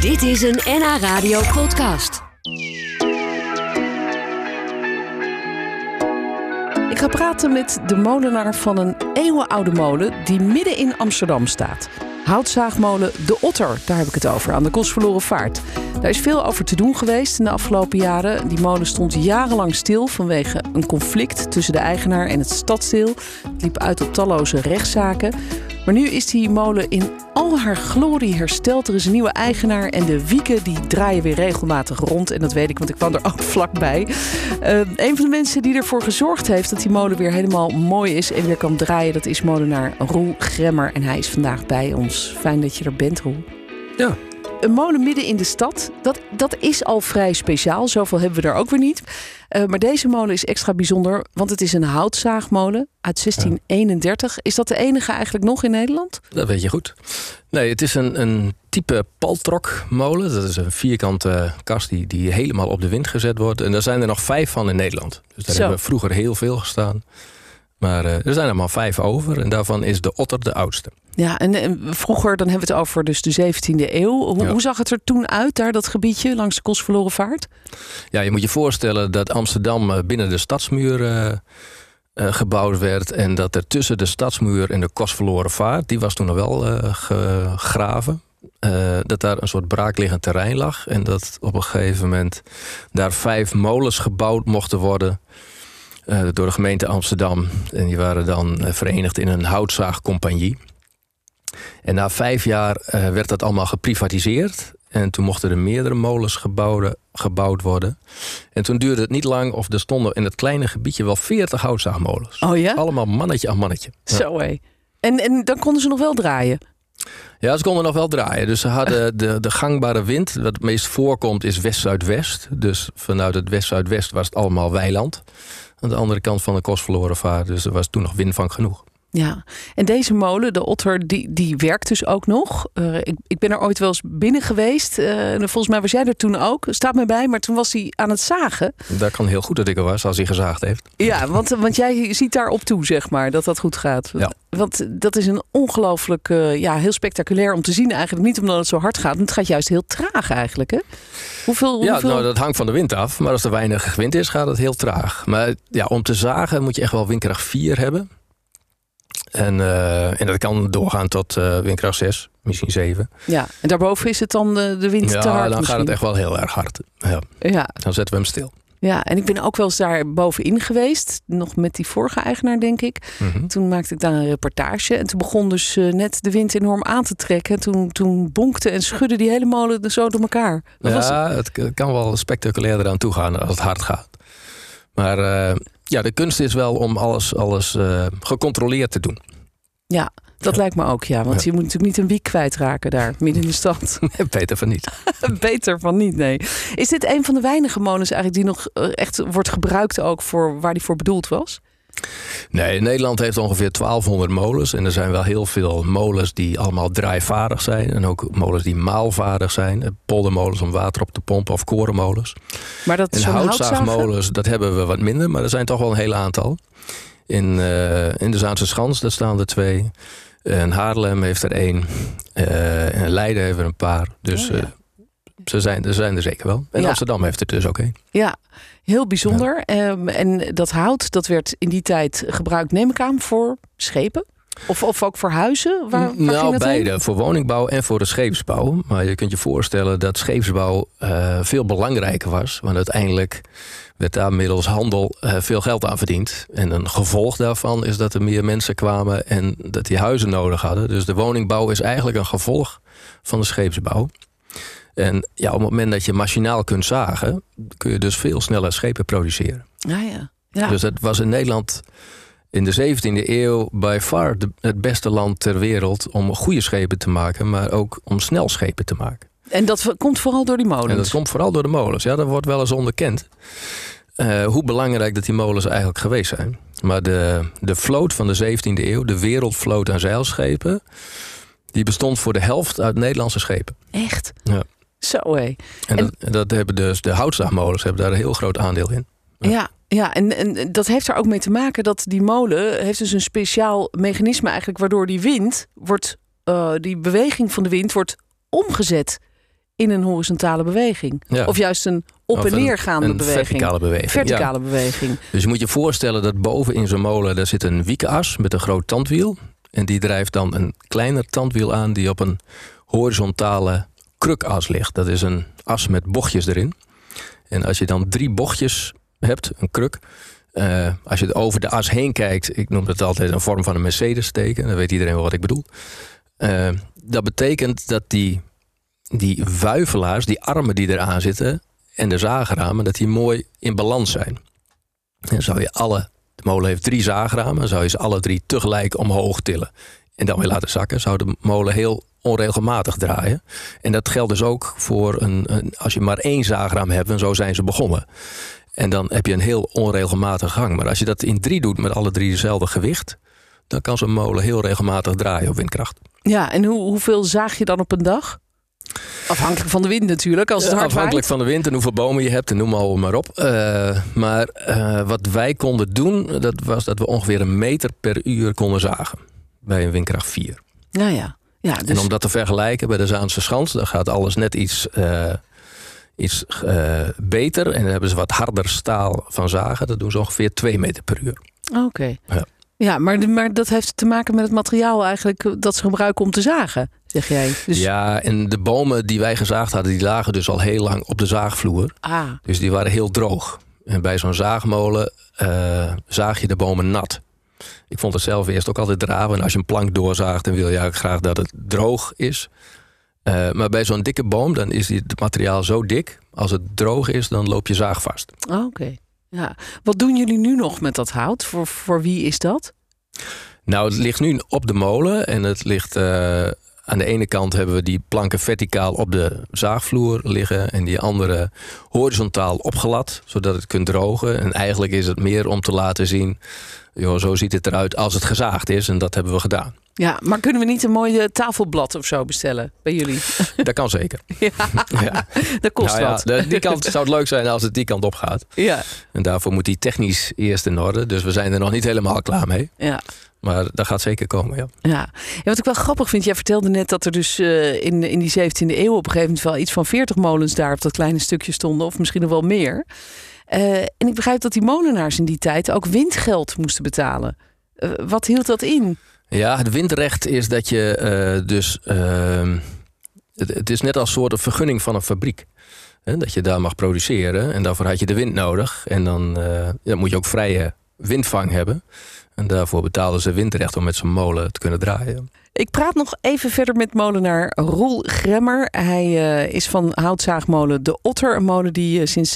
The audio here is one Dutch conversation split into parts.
Dit is een NH Radio podcast. Ik ga praten met de molenaar van een eeuwenoude molen die midden in Amsterdam staat. Houtzaagmolen De Otter, daar heb ik het over, aan de Kostverlorenvaart. Daar is veel over te doen geweest in de afgelopen jaren. Die molen stond jarenlang stil vanwege een conflict tussen de eigenaar en het stadsdeel. Het liep uit op talloze rechtszaken. Maar nu is die molen in al haar glorie hersteld. Er is een nieuwe eigenaar en de wieken die draaien weer regelmatig rond. En dat weet ik, want ik kwam er ook vlakbij. Een van de mensen die ervoor gezorgd heeft dat die molen weer helemaal mooi is en weer kan draaien, dat is molenaar Roel Gremmer. En hij is vandaag bij ons. Fijn dat je er bent, Roel. Ja. Een molen midden in de stad, dat is al vrij speciaal. Zoveel hebben we er ook weer niet. Maar deze molen is extra bijzonder, want het is een houtzaagmolen uit 1631. Is dat de enige eigenlijk nog in Nederland? Dat weet je goed. Nee, het is een type paltrokmolen. Dat is een vierkante kast die helemaal op de wind gezet wordt. En daar zijn er nog 5 van in Nederland. Dus daar hebben we vroeger heel veel gestaan. Maar er zijn er maar 5 over. En daarvan is de Otter de oudste. Ja, en vroeger, dan hebben we het over dus de 17e eeuw. Hoe zag het er toen uit, daar dat gebiedje langs de Kostverlorenvaart? Ja, je moet je voorstellen dat Amsterdam binnen de stadsmuur gebouwd werd. En dat er tussen de stadsmuur en de Kostverlorenvaart, die was toen nog wel gegraven. Dat daar een soort braakliggend terrein lag. En dat op een gegeven moment daar 5 molens gebouwd mochten worden door de gemeente Amsterdam. En die waren dan verenigd in een houtzaagcompagnie. En na 5 jaar werd dat allemaal geprivatiseerd. En toen mochten er meerdere molens gebouwd worden. En toen duurde het niet lang of er stonden in het kleine gebiedje wel 40 houtzaagmolens. Oh ja? Allemaal mannetje aan mannetje. Zo hé. En dan konden ze nog wel draaien? Ja, ze konden nog wel draaien. Dus ze hadden de gangbare wind. Wat het meest voorkomt is west-zuidwest. Dus vanuit het west-zuidwest was het allemaal weiland. Aan de andere kant van de Kostverlorenvaart. Dus er was toen nog windvang genoeg. Ja, en deze molen, de Otter, die werkt dus ook nog. Ik ben er ooit wel eens binnen geweest. Volgens mij was jij er toen ook. Staat mij bij, maar toen was hij aan het zagen. Dat kan heel goed dat ik er was als hij gezaagd heeft. Ja, want jij ziet daar op toe, zeg maar, dat goed gaat. Ja. Want dat is een ongelooflijk, heel spectaculair om te zien eigenlijk. Niet omdat het zo hard gaat, want het gaat juist heel traag eigenlijk, hè? Hoeveel... Nou, dat hangt van de wind af. Maar als er weinig wind is, gaat het heel traag. Maar ja, om te zagen moet je echt wel windkracht 4 hebben. En dat kan doorgaan tot windkracht 6, misschien 7. Ja, en daarboven is het dan de wind te hard dan misschien. gaat het echt wel heel erg hard. Ja. Dan zetten we hem stil. Ja, en ik ben ook wel eens daar bovenin geweest. Nog met die vorige eigenaar, denk ik. Mm-hmm. Toen maakte ik daar een reportage. En toen begon dus net de wind enorm aan te trekken. Toen bonkte en schudde die hele molen zo door elkaar. Het kan wel spectaculairder aan toe gaan als het hard gaat. Maar de kunst is wel om alles gecontroleerd te doen. Ja, dat lijkt me ook, ja. Want je moet natuurlijk niet een wiek kwijtraken daar, midden in de stad. Beter van niet. Beter van niet, nee. Is dit een van de weinige molens eigenlijk die nog echt wordt gebruikt ook voor waar die voor bedoeld was? Nee, Nederland heeft ongeveer 1200 molens. En er zijn wel heel veel molens die allemaal draaivaardig zijn. En ook molens die maalvaardig zijn. Poldermolens om water op te pompen of korenmolens. Maar dat is houtzaagmolens, dat hebben we wat minder. Maar er zijn toch wel een heel aantal. In de Zaanse Schans, daar staan er 2. En Haarlem heeft er 1. En Leiden heeft er een paar. Dus er zijn er zeker wel. En Amsterdam heeft er dus ook 1. Ja, heel bijzonder. Ja. En dat hout, dat werd in die tijd gebruikt, neem ik aan, voor schepen? Of ook voor huizen? Waar ging dat beide. heen? Voor woningbouw en voor de scheepsbouw. Maar je kunt je voorstellen dat scheepsbouw veel belangrijker was. Want uiteindelijk werd daar middels handel veel geld aan verdiend. En een gevolg daarvan is dat er meer mensen kwamen en dat die huizen nodig hadden. Dus de woningbouw is eigenlijk een gevolg van de scheepsbouw. En op het moment dat je machinaal kunt zagen, kun je dus veel sneller schepen produceren. Ja. Dus het was in Nederland in de 17e eeuw by far het beste land ter wereld om goede schepen te maken, maar ook om snel schepen te maken. En dat komt vooral door die molens? En dat komt vooral door de molens. Ja, dat wordt wel eens onderkend. Hoe belangrijk dat die molens eigenlijk geweest zijn. Maar de vloot van de 17e eeuw, de wereldvloot aan zeilschepen, die bestond voor de helft uit Nederlandse schepen. Echt? Ja. Zo hé. En dat hebben dus de houtzaagmolens hebben daar een heel groot aandeel in. Ja, en dat heeft er ook mee te maken dat die molen heeft dus een speciaal mechanisme eigenlijk waardoor die wind wordt, die beweging van de wind wordt omgezet in een horizontale beweging. Ja. Of juist een op- en neergaande beweging. Verticale beweging. Dus je moet je voorstellen dat boven in zo'n molen daar zit een wiekenas met een groot tandwiel. En die drijft dan een kleiner tandwiel aan die op een horizontale krukas ligt. Dat is een as met bochtjes erin. En als je dan 3 bochtjes hebt, een kruk. Als je over de as heen kijkt, ik noem het altijd een vorm van een Mercedes teken. Dan weet iedereen wel wat ik bedoel. Dat betekent dat die wuivelaars, die armen die eraan zitten en de zagramen, dat die mooi in balans zijn. En zou je de molen heeft 3 zagramen, zou je ze alle 3 tegelijk omhoog tillen en dan weer laten zakken, zou de molen heel onregelmatig draaien. En dat geldt dus ook voor als je maar 1 zagraam hebt, en zo zijn ze begonnen. En dan heb je een heel onregelmatige gang. Maar als je dat in 3 doet met alle 3 dezelfde gewicht, dan kan zo'n molen heel regelmatig draaien op windkracht. Ja, en hoeveel zaag je dan op een dag? Afhankelijk van de wind natuurlijk. Als het hard afhankelijk van de wind en hoeveel bomen je hebt en noem maar op. Maar wat wij konden doen, dat was dat we ongeveer 1 meter per uur konden zagen. Bij een windkracht 4. Ja, dus... En om dat te vergelijken bij de Zaanse Schans, dan gaat alles net iets beter. En dan hebben ze wat harder staal van zagen. Dat doen ze ongeveer 2 meter per uur. Oké. Ja, maar dat heeft te maken met het materiaal eigenlijk dat ze gebruiken om te zagen, zeg jij. Dus... Ja, en de bomen die wij gezaagd hadden, die lagen dus al heel lang op de zaagvloer. Dus die waren heel droog. En bij zo'n zaagmolen zaag je de bomen nat. Ik vond het zelf eerst ook altijd draven. En als je een plank doorzaagt, dan wil je eigenlijk graag dat het droog is. Maar bij zo'n dikke boom, dan is het materiaal zo dik. Als het droog is, dan loop je zaag vast. Oké. Ja. Wat doen jullie nu nog met dat hout? Voor wie is dat? Nou, het ligt nu op de molen. En het ligt aan de ene kant hebben we die planken verticaal op de zaagvloer liggen. En die andere horizontaal opgelat, zodat het kunt drogen. En eigenlijk is het meer om te laten zien, joh, zo ziet het eruit als het gezaagd is. En dat hebben we gedaan. Ja, maar kunnen we niet een mooi tafelblad of zo bestellen bij jullie? Dat kan zeker. Ja. Dat kost wat. Die kant zou het leuk zijn als het die kant op gaat. Ja. En daarvoor moet die technisch eerst in orde. Dus we zijn er nog niet helemaal klaar mee. Ja. Maar dat gaat zeker komen, ja. Wat ik wel grappig vind, jij vertelde net dat er dus in die 17e eeuw op een gegeven moment wel iets van 40 molens daar op dat kleine stukje stonden. Of misschien nog wel meer. En ik begrijp dat die molenaars in die tijd ook windgeld moesten betalen. Wat hield dat in? Ja, het windrecht is dat je het is net als een soort vergunning van een fabriek. Hè, dat je daar mag produceren. En daarvoor had je de wind nodig. En dan moet je ook vrije windvang hebben. En daarvoor betaalden ze windrecht om met zo'n molen te kunnen draaien. Ik praat nog even verder met molenaar Roel Gremmer. Hij is van houtzaagmolen De Otter. Een molen die sinds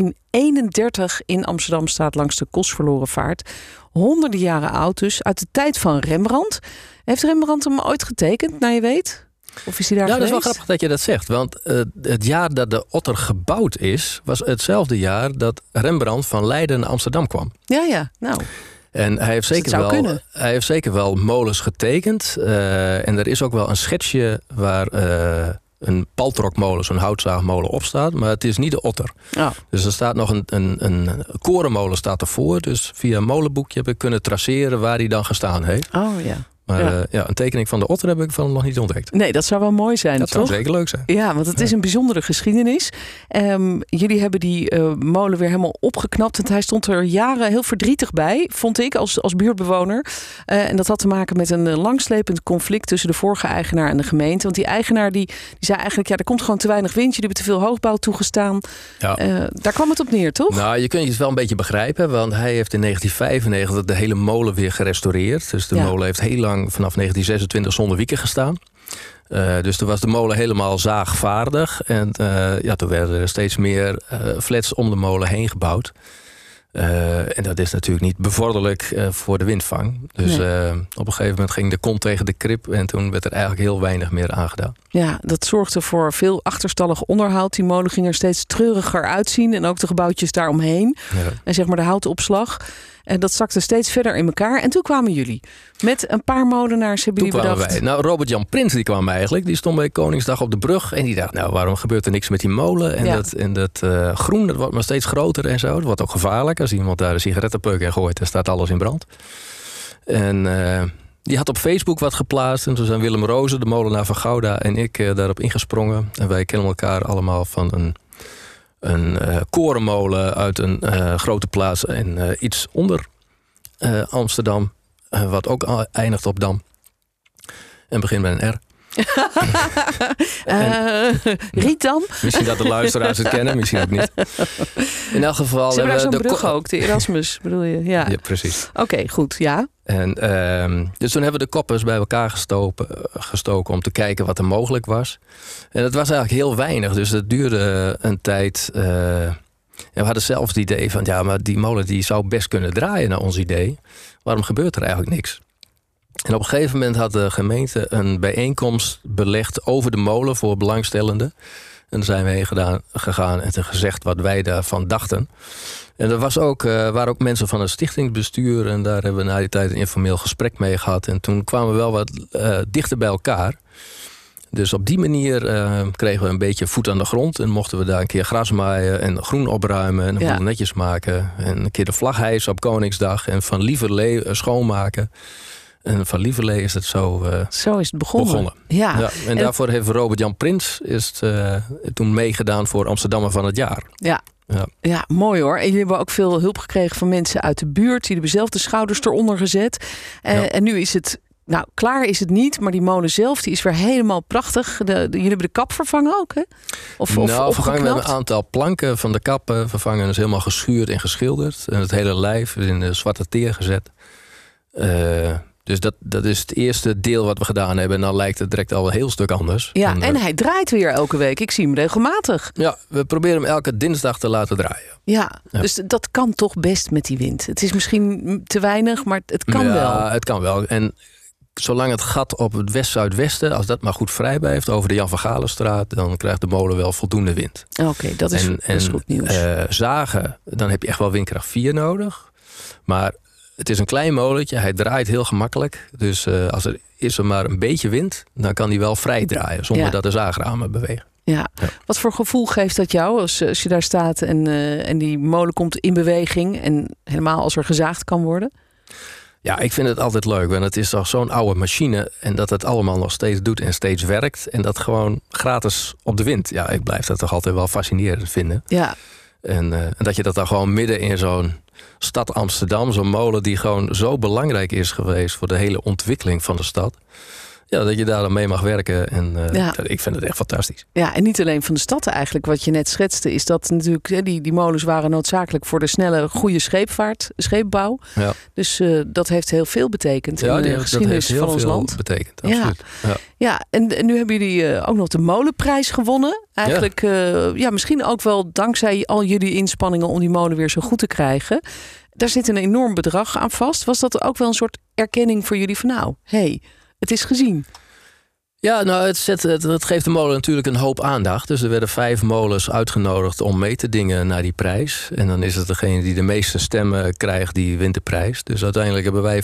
1631 in Amsterdam staat langs de Kostverlorenvaart. Honderden jaren oud dus, uit de tijd van Rembrandt. Heeft Rembrandt hem ooit getekend, naar je weet? Of is hij daar geweest? Dat is wel grappig dat je dat zegt. Want het jaar dat de Otter gebouwd is, was hetzelfde jaar dat Rembrandt van Leiden naar Amsterdam kwam. Ja, nou... En hij heeft zeker wel molens getekend. En er is ook wel een schetsje waar een paltrokmolen, zo'n houtzaagmolen, op staat. Maar het is niet de Otter. Oh. Dus er staat nog een korenmolen staat ervoor. Dus via een molenboekje heb ik kunnen traceren waar hij dan gestaan heeft. Oh ja. Maar een tekening van de Otter heb ik van nog niet ontdekt. Nee, dat zou wel mooi zijn, dat toch? Dat zou zeker leuk zijn. Ja, want het is een bijzondere geschiedenis. Jullie hebben die molen weer helemaal opgeknapt. Want hij stond er jaren heel verdrietig bij, vond ik, als buurtbewoner. En dat had te maken met een langslepend conflict tussen de vorige eigenaar en de gemeente. Want die eigenaar die zei eigenlijk, er komt gewoon te weinig wind. Jullie hebben te veel hoogbouw toegestaan. Ja. Daar kwam het op neer, toch? Nou, je kunt het wel een beetje begrijpen. Want hij heeft in 1995 de hele molen weer gerestaureerd. Dus de molen heeft heel lang vanaf 1926 zonder wieken gestaan. Dus toen was de molen helemaal zaagvaardig. En toen werden er steeds meer flats om de molen heen gebouwd. En dat is natuurlijk niet bevorderlijk voor de windvang. Dus op een gegeven moment ging de kont tegen de krip. En toen werd er eigenlijk heel weinig meer aangedaan. Ja, dat zorgde voor veel achterstallig onderhoud. Die molen ging er steeds treuriger uitzien. En ook de gebouwtjes daaromheen. Ja. En zeg maar de houtopslag. En dat zakte steeds verder in elkaar. En toen kwamen jullie. Met een paar molenaars hebben jullie bedacht. Wij. Nou, Robert-Jan Prins die kwam eigenlijk. Die stond bij Koningsdag op de brug. En die dacht, nou, waarom gebeurt er niks met die molen? En dat groen, dat wordt maar steeds groter en zo. Dat wordt ook gevaarlijk. Als iemand daar een sigarettenpeuk in gooit, dan staat alles in brand. En Die had op Facebook wat geplaatst. En toen zijn Willem Rozen, de molenaar van Gouda, en ik daarop ingesprongen. En wij kennen elkaar allemaal van een korenmolen uit een grote plaats en iets onder Amsterdam. Wat ook eindigt op Dam. En begint met een R. Rietdam? Misschien dat de luisteraars het kennen, misschien ook niet. In elk geval... Ze hebben daar zo'n brug ook, de Erasmus, bedoel je? Ja, precies. Oké, goed, ja. En, dus toen hebben we de koppers bij elkaar gestoken om te kijken wat er mogelijk was. En dat was eigenlijk heel weinig, dus dat duurde een tijd. En we hadden zelf het idee van, ja, maar die molen die zou best kunnen draaien naar ons idee. Waarom gebeurt er eigenlijk niks? En op een gegeven moment had de gemeente een bijeenkomst belegd over de molen voor belangstellenden. En daar zijn we heen gegaan en gezegd wat wij daarvan dachten. En er waren ook mensen van het stichtingsbestuur. En daar hebben we na die tijd een informeel gesprek mee gehad. En toen kwamen we wel wat dichter bij elkaar. Dus op die manier kregen we een beetje voet aan de grond. En mochten we daar een keer gras maaien en groen opruimen. En een boel netjes maken. En een keer de vlag hijsen op Koningsdag. En van Lieverlee schoonmaken. En van Lieverlee is het zo is het begonnen. Ja. En daarvoor heeft Robert-Jan Prins toen meegedaan voor Amsterdammer van het jaar. Ja, mooi hoor. En jullie hebben ook veel hulp gekregen van mensen uit de buurt. Die hebben zelf de schouders eronder gezet. En nu is het... Nou, klaar is het niet, maar die molen zelf die is weer helemaal prachtig. Jullie hebben de kap vervangen ook, hè? Vervangen. We hebben een aantal planken van de kap vervangen. Dat is helemaal geschuurd en geschilderd. En het hele lijf is in de zwarte teer gezet. Dus dat is het eerste deel wat we gedaan hebben. En dan lijkt het direct al een heel stuk anders. Ja, en hij draait weer elke week. Ik zie hem regelmatig. Ja, we proberen hem elke dinsdag te laten draaien. Ja, dus dat kan toch best met die wind. Het is misschien te weinig, maar het kan wel. Ja, het kan wel. En zolang het gat op het west-zuidwesten, als dat maar goed vrij blijft over de Jan van Galenstraat, dan krijgt de molen wel voldoende wind. Oké, dat is goed nieuws. Zagen, dan heb je echt wel windkracht 4 nodig. Maar het is een klein molentje, hij draait heel gemakkelijk. Dus als er maar een beetje wind, dan kan hij wel vrij draaien, zonder dat de zaagramen bewegen. Ja. Wat voor gevoel geeft dat jou als je daar staat en die molen komt in beweging en helemaal als er gezaagd kan worden? Ja, ik vind het altijd leuk, want het is toch zo'n oude machine en dat het allemaal nog steeds doet en steeds werkt. En dat gewoon gratis op de wind. Ja, ik blijf dat toch altijd wel fascinerend vinden. Ja. En dat je dat dan gewoon midden in zo'n stad Amsterdam, zo'n molen die gewoon zo belangrijk is geweest voor de hele ontwikkeling van de stad. Ja, dat je daar dan mee mag werken. En ik vind het echt fantastisch. Ja, en niet alleen van de stad eigenlijk. Wat je net schetste is dat natuurlijk die molens waren noodzakelijk voor de snelle, goede scheepbouw. Ja. Dus dat heeft heel veel betekend in de geschiedenis van ons land. Betekent, absoluut. Ja, en nu hebben jullie ook nog de molenprijs gewonnen. Eigenlijk misschien ook wel dankzij al jullie inspanningen om die molen weer zo goed te krijgen. Daar zit een enorm bedrag aan vast. Was dat ook wel een soort erkenning voor jullie van het is gezien? Ja, nou, het geeft de molen natuurlijk een hoop aandacht. Dus er werden 5 molens uitgenodigd om mee te dingen naar die prijs. En dan is het degene die de meeste stemmen krijgt, die wint de prijs. Dus uiteindelijk hebben wij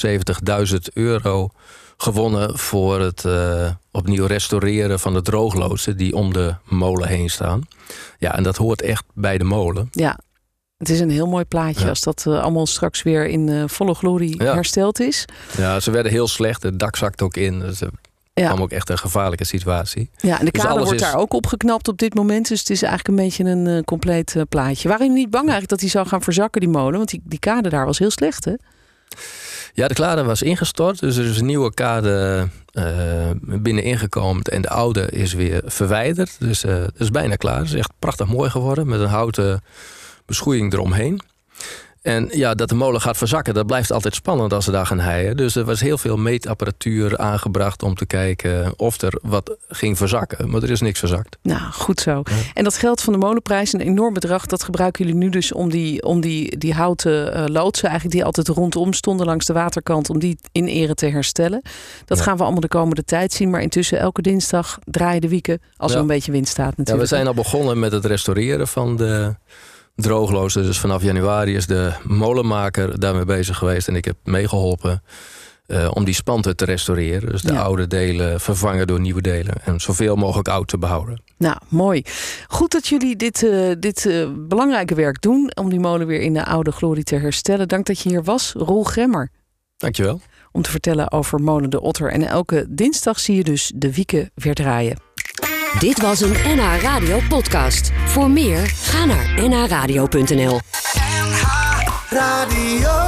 €75.000 gewonnen voor het opnieuw restaureren van de droogloodsen die om de molen heen staan. Ja, en dat hoort echt bij de molen. Ja. Het is een heel mooi plaatje als dat allemaal straks weer in volle glorie hersteld is. Ja, ze werden heel slecht. Het dak zakt ook in. Dus het kwam ook echt een gevaarlijke situatie. Ja, en de kade wordt daar ook opgeknapt op dit moment. Dus het is eigenlijk een beetje een compleet plaatje. Waren jullie niet bang eigenlijk dat die zou gaan verzakken, die molen? Want die kade daar was heel slecht, hè? Ja, de kade was ingestort. Dus er is een nieuwe kade binnen ingekomen. En de oude is weer verwijderd. Dus het is bijna klaar. Het is echt prachtig mooi geworden. Met een houten beschoeiing eromheen. En ja, dat de molen gaat verzakken, dat blijft altijd spannend als ze daar gaan heien. Dus er was heel veel meetapparatuur aangebracht om te kijken of er wat ging verzakken. Maar er is niks verzakt. Nou, goed zo. Ja. En dat geld van de molenprijs, een enorm bedrag, dat gebruiken jullie nu dus om die houten loodsen, eigenlijk die altijd rondom stonden langs de waterkant, om die in ere te herstellen. Dat gaan we allemaal de komende tijd zien. Maar intussen elke dinsdag draaien de wieken als er een beetje wind staat natuurlijk. Ja, we zijn al begonnen met het restaureren van de droogloodsen. Dus vanaf januari is de molenmaker daarmee bezig geweest. En ik heb meegeholpen om die spanten te restaureren. Dus de oude delen vervangen door nieuwe delen. En zoveel mogelijk oud te behouden. Nou, mooi. Goed dat jullie dit belangrijke werk doen om die molen weer in de oude glorie te herstellen. Dank dat je hier was, Roel Gremmer. Dankjewel. om te vertellen over molen De Otter. En elke dinsdag zie je dus de Wieken weer draaien. Dit was een NH Radio podcast. Voor meer, ga naar nhradio.nl. NH Radio.